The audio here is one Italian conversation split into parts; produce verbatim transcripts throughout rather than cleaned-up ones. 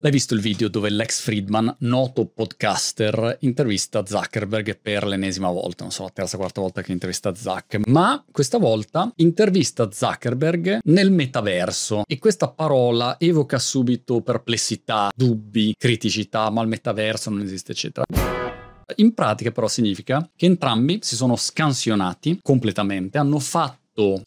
L'hai visto il video dove Lex Fridman, noto podcaster, intervista Zuckerberg per l'ennesima volta, non so, la terza o quarta volta che intervista Zuck, ma questa volta intervista Zuckerberg nel metaverso, e questa parola evoca subito perplessità, dubbi, criticità, ma il metaverso non esiste, eccetera. In pratica però significa che entrambi si sono scansionati completamente, hanno fatto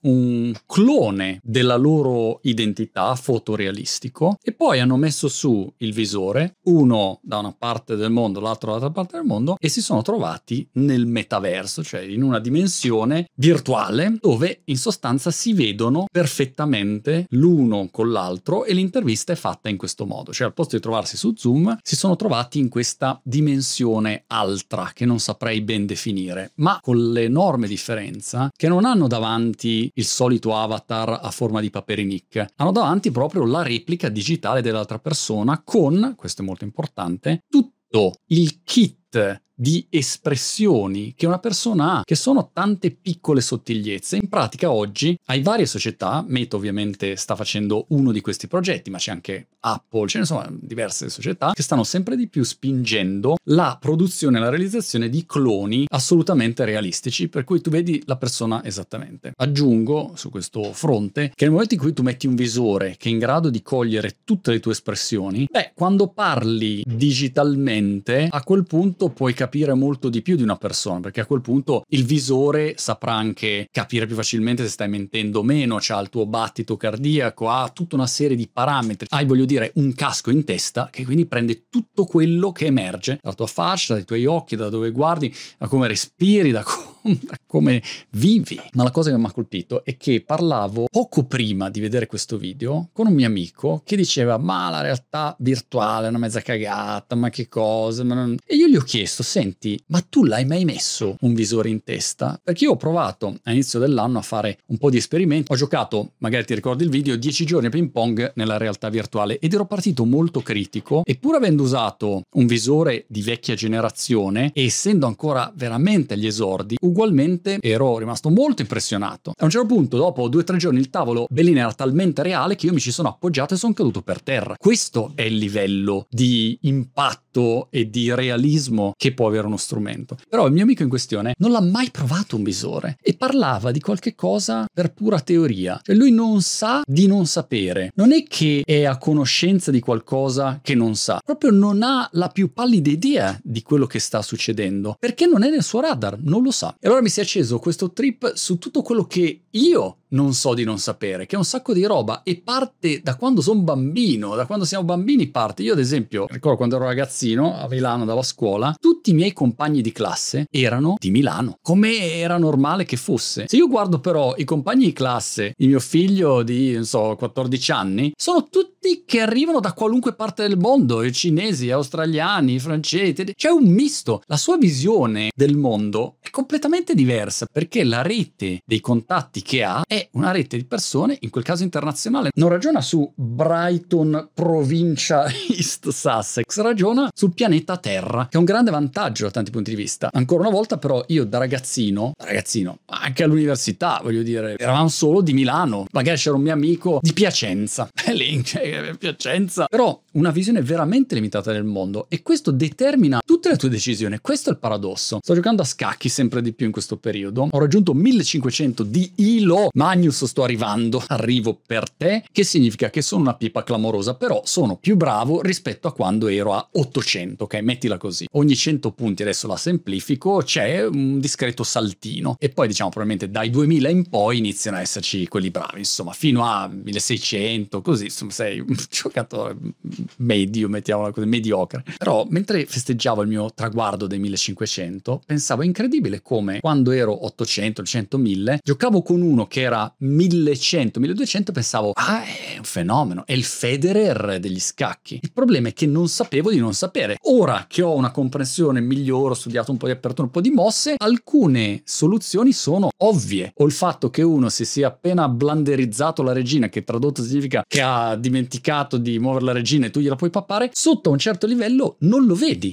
un clone della loro identità fotorealistico e poi hanno messo su il visore, uno da una parte del mondo, l'altro dall'altra parte del mondo, e si sono trovati nel metaverso, cioè in una dimensione virtuale dove in sostanza si vedono perfettamente l'uno con l'altro, e l'intervista è fatta in questo modo, cioè al posto di trovarsi su Zoom si sono trovati in questa dimensione altra che non saprei ben definire, ma con l'enorme differenza che non hanno davanti il solito avatar a forma di paperinicche, hanno davanti proprio la replica digitale dell'altra persona con, questo è molto importante, tutto il kit di espressioni che una persona ha, che sono tante piccole sottigliezze. In pratica oggi hai varie società, Meta ovviamente sta facendo uno di questi progetti, ma c'è anche Apple, ce ne sono diverse società che stanno sempre di più spingendo la produzione e la realizzazione di cloni assolutamente realistici, per cui tu vedi la persona esattamente. Aggiungo su questo fronte che nel momento in cui tu metti un visore che è in grado di cogliere tutte le tue espressioni, beh, quando parli digitalmente a quel punto puoi capire capire molto di più di una persona, perché a quel punto il visore saprà anche capire più facilmente se stai mentendo o meno, c'ha il tuo battito cardiaco, ha tutta una serie di parametri, hai, voglio dire, un casco in testa che quindi prende tutto quello che emerge dalla tua faccia, dai tuoi occhi, da dove guardi, da come respiri, da come, da come vivi. Ma la cosa che mi ha colpito è che parlavo poco prima di vedere questo video con un mio amico che diceva ma la realtà virtuale è una mezza cagata, ma che cosa, ma non... e io gli ho chiesto senti, ma tu l'hai mai messo un visore in testa? Perché io ho provato all'inizio dell'anno a fare un po' di esperimenti, ho giocato, magari ti ricordi il video, dieci giorni a ping pong nella realtà virtuale ed ero partito molto critico, e pur avendo usato un visore di vecchia generazione e essendo ancora veramente agli esordi, ugualmente ero rimasto molto impressionato. A un certo punto, dopo due o tre giorni, il tavolo Bellini era talmente reale che io mi ci sono appoggiato e sono caduto per terra. Questo è il livello di impatto e di realismo che può avere uno strumento. Però il mio amico in questione non l'ha mai provato un visore e parlava di qualche cosa per pura teoria, cioè lui non sa di non sapere, non è che è a conoscenza di qualcosa che non sa, proprio non ha la più pallida idea di quello che sta succedendo perché non è nel suo radar, non lo sa. E allora mi si è acceso questo trip su tutto quello che io non so di non sapere, che è un sacco di roba, e parte da quando sono bambino, da quando siamo bambini parte. Io ad esempio ricordo quando ero ragazzino a Milano, andavo a scuola, tutti i miei compagni di classe erano di Milano, come era normale che fosse. Se io guardo però i compagni di classe di mio figlio di, non so, quattordici anni, sono tutti che arrivano da qualunque parte del mondo, i cinesi, australiani, i francesi, c'è un misto. La sua visione del mondo è completamente diversa perché la rete dei contatti che ha è una rete di persone, in quel caso internazionale. Non ragiona su Brighton, provincia East Sussex, ragiona sul pianeta Terra, che è un grande vantaggio da tanti punti di vista. Ancora una volta però io da ragazzino, da ragazzino, anche all'università, voglio dire, eravamo solo di Milano, magari c'era un mio amico di Piacenza, e lì, cioè, Piacenza, però una visione veramente limitata del mondo, e questo determina tutte le tue decisioni. Questo è il paradosso. Sto giocando a scacchi sempre di più in questo periodo, ho raggiunto millecinquecento di I L O. Magnus, sto arrivando, arrivo per te, che significa che sono una pipa clamorosa, però sono più bravo rispetto a quando ero a ottocento, ok? Mettila così. Ogni cento punti, adesso la semplifico, c'è un discreto saltino, e poi diciamo probabilmente dai duemila in poi iniziano a esserci quelli bravi, insomma, fino a milleseicento, così, insomma, sei un giocatore medio, mettiamola così, mediocre. Però mentre festeggiavo il mio traguardo dei millecinquecento, pensavo incredibile come quando ero ottocento, cento, mille, giocavo con uno che era millecento, milleduecento, pensavo ah, è un fenomeno, è il Federer degli scacchi. Il problema è che non sapevo di non sapere. Ora che ho una comprensione migliore, ho studiato un po' di apertura, un po' di mosse, alcune soluzioni sono ovvie. O il fatto che uno si sia appena blanderizzato la regina, che tradotto significa che ha dimenticato di muovere la regina e tu gliela puoi pappare, sotto a un certo livello non lo vedi, e ogni volta lo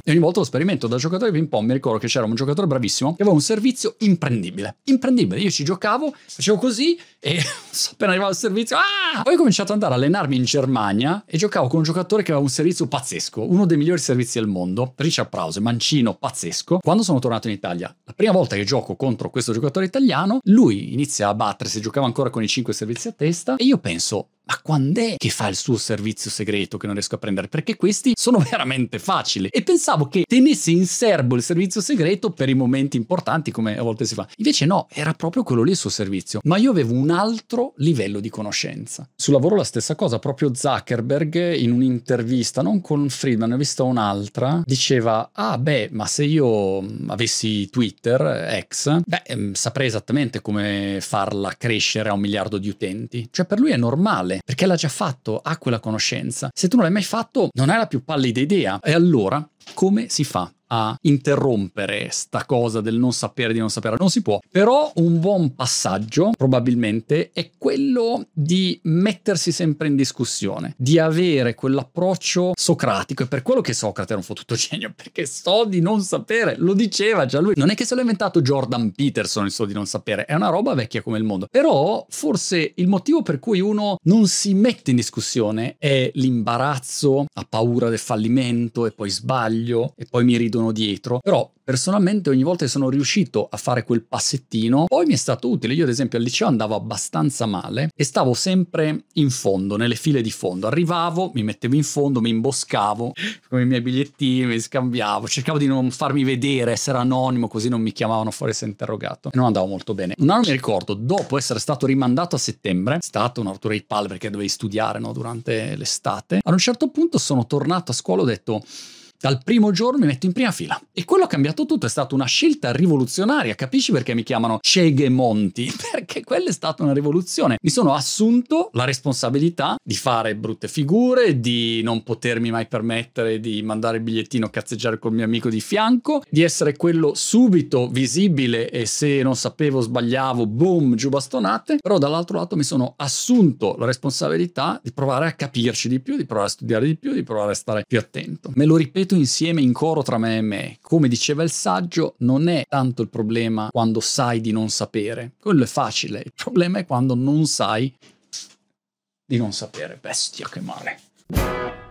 esperimento da giocatore di ping pong, mi ricordo che c'era un giocatore bravissimo che aveva un servizio imprendibile. Imprendibile. Io ci giocavo, facevo così e appena arrivavo al servizio, ah! Poi ho cominciato ad andare a allenarmi in Germania e giocavo con un giocatore che aveva un servizio pazzesco, uno dei migliori servizi del mondo, Richard Prause, mancino pazzesco. Quando sono tornato in Italia, la prima volta che gioco contro questo giocatore italiano, lui inizia a battersi, giocava ancora con i cinque servizi a testa e io penso: ma quando è che fa il suo servizio segreto che non riesco a prendere? Perché questi sono veramente facili. E pensavo che tenesse in serbo il servizio segreto per i momenti importanti, come a volte si fa. Invece no, era proprio quello lì il suo servizio. Ma io avevo un altro livello di conoscenza. Sul lavoro la stessa cosa, proprio Zuckerberg in un'intervista, non con Friedman, ne ho vista un'altra, diceva: ah beh, ma se io avessi Twitter, X, beh, saprei esattamente come farla crescere a un miliardo di utenti. Cioè per lui è normale, perché l'ha già fatto, ha quella conoscenza. Se tu non l'hai mai fatto, non hai la più pallida idea. E allora, come si fa a interrompere sta cosa del non sapere di non sapere? Non si può. Però un buon passaggio probabilmente è quello di mettersi sempre in discussione, di avere quell'approccio socratico. E per quello che Socrate era un fottuto genio, perché so di non sapere, lo diceva già lui. Non è che se l'ha inventato Jordan Peterson il so di non sapere, è una roba vecchia come il mondo. Però forse il motivo per cui uno non si mette in discussione è l'imbarazzo, ha paura del fallimento e poi sbaglio e poi mi rido dietro. Però personalmente ogni volta che sono riuscito a fare quel passettino poi mi è stato utile. Io ad esempio al liceo andavo abbastanza male e stavo sempre in fondo, nelle file di fondo. Arrivavo, mi mettevo in fondo, mi imboscavo con i miei bigliettini, mi scambiavo, cercavo di non farmi vedere, essere anonimo, così non mi chiamavano fuori se interrogato, e non andavo molto bene. Un anno mi ricordo, dopo essere stato rimandato a settembre, è stata una rottura di palle perché dovevi studiare, no, durante l'estate. Ad un certo punto sono tornato a scuola, ho detto: dal primo giorno mi metto in prima fila. E quello ha cambiato tutto, è stata una scelta rivoluzionaria. Capisci perché mi chiamano Cegemonti? Perché quella è stata una rivoluzione. Mi sono assunto la responsabilità di fare brutte figure, di non potermi mai permettere di mandare il bigliettino a cazzeggiare col mio amico di fianco, di essere quello subito visibile e se non sapevo sbagliavo, boom, giù bastonate. Però dall'altro lato mi sono assunto la responsabilità di provare a capirci di più, di provare a studiare di più, di provare a stare più attento. Me lo ripeto insieme in coro tra me e me. Come diceva il saggio, non è tanto il problema quando sai di non sapere. Quello è facile. Il problema è quando non sai di non sapere. Bestia, che male.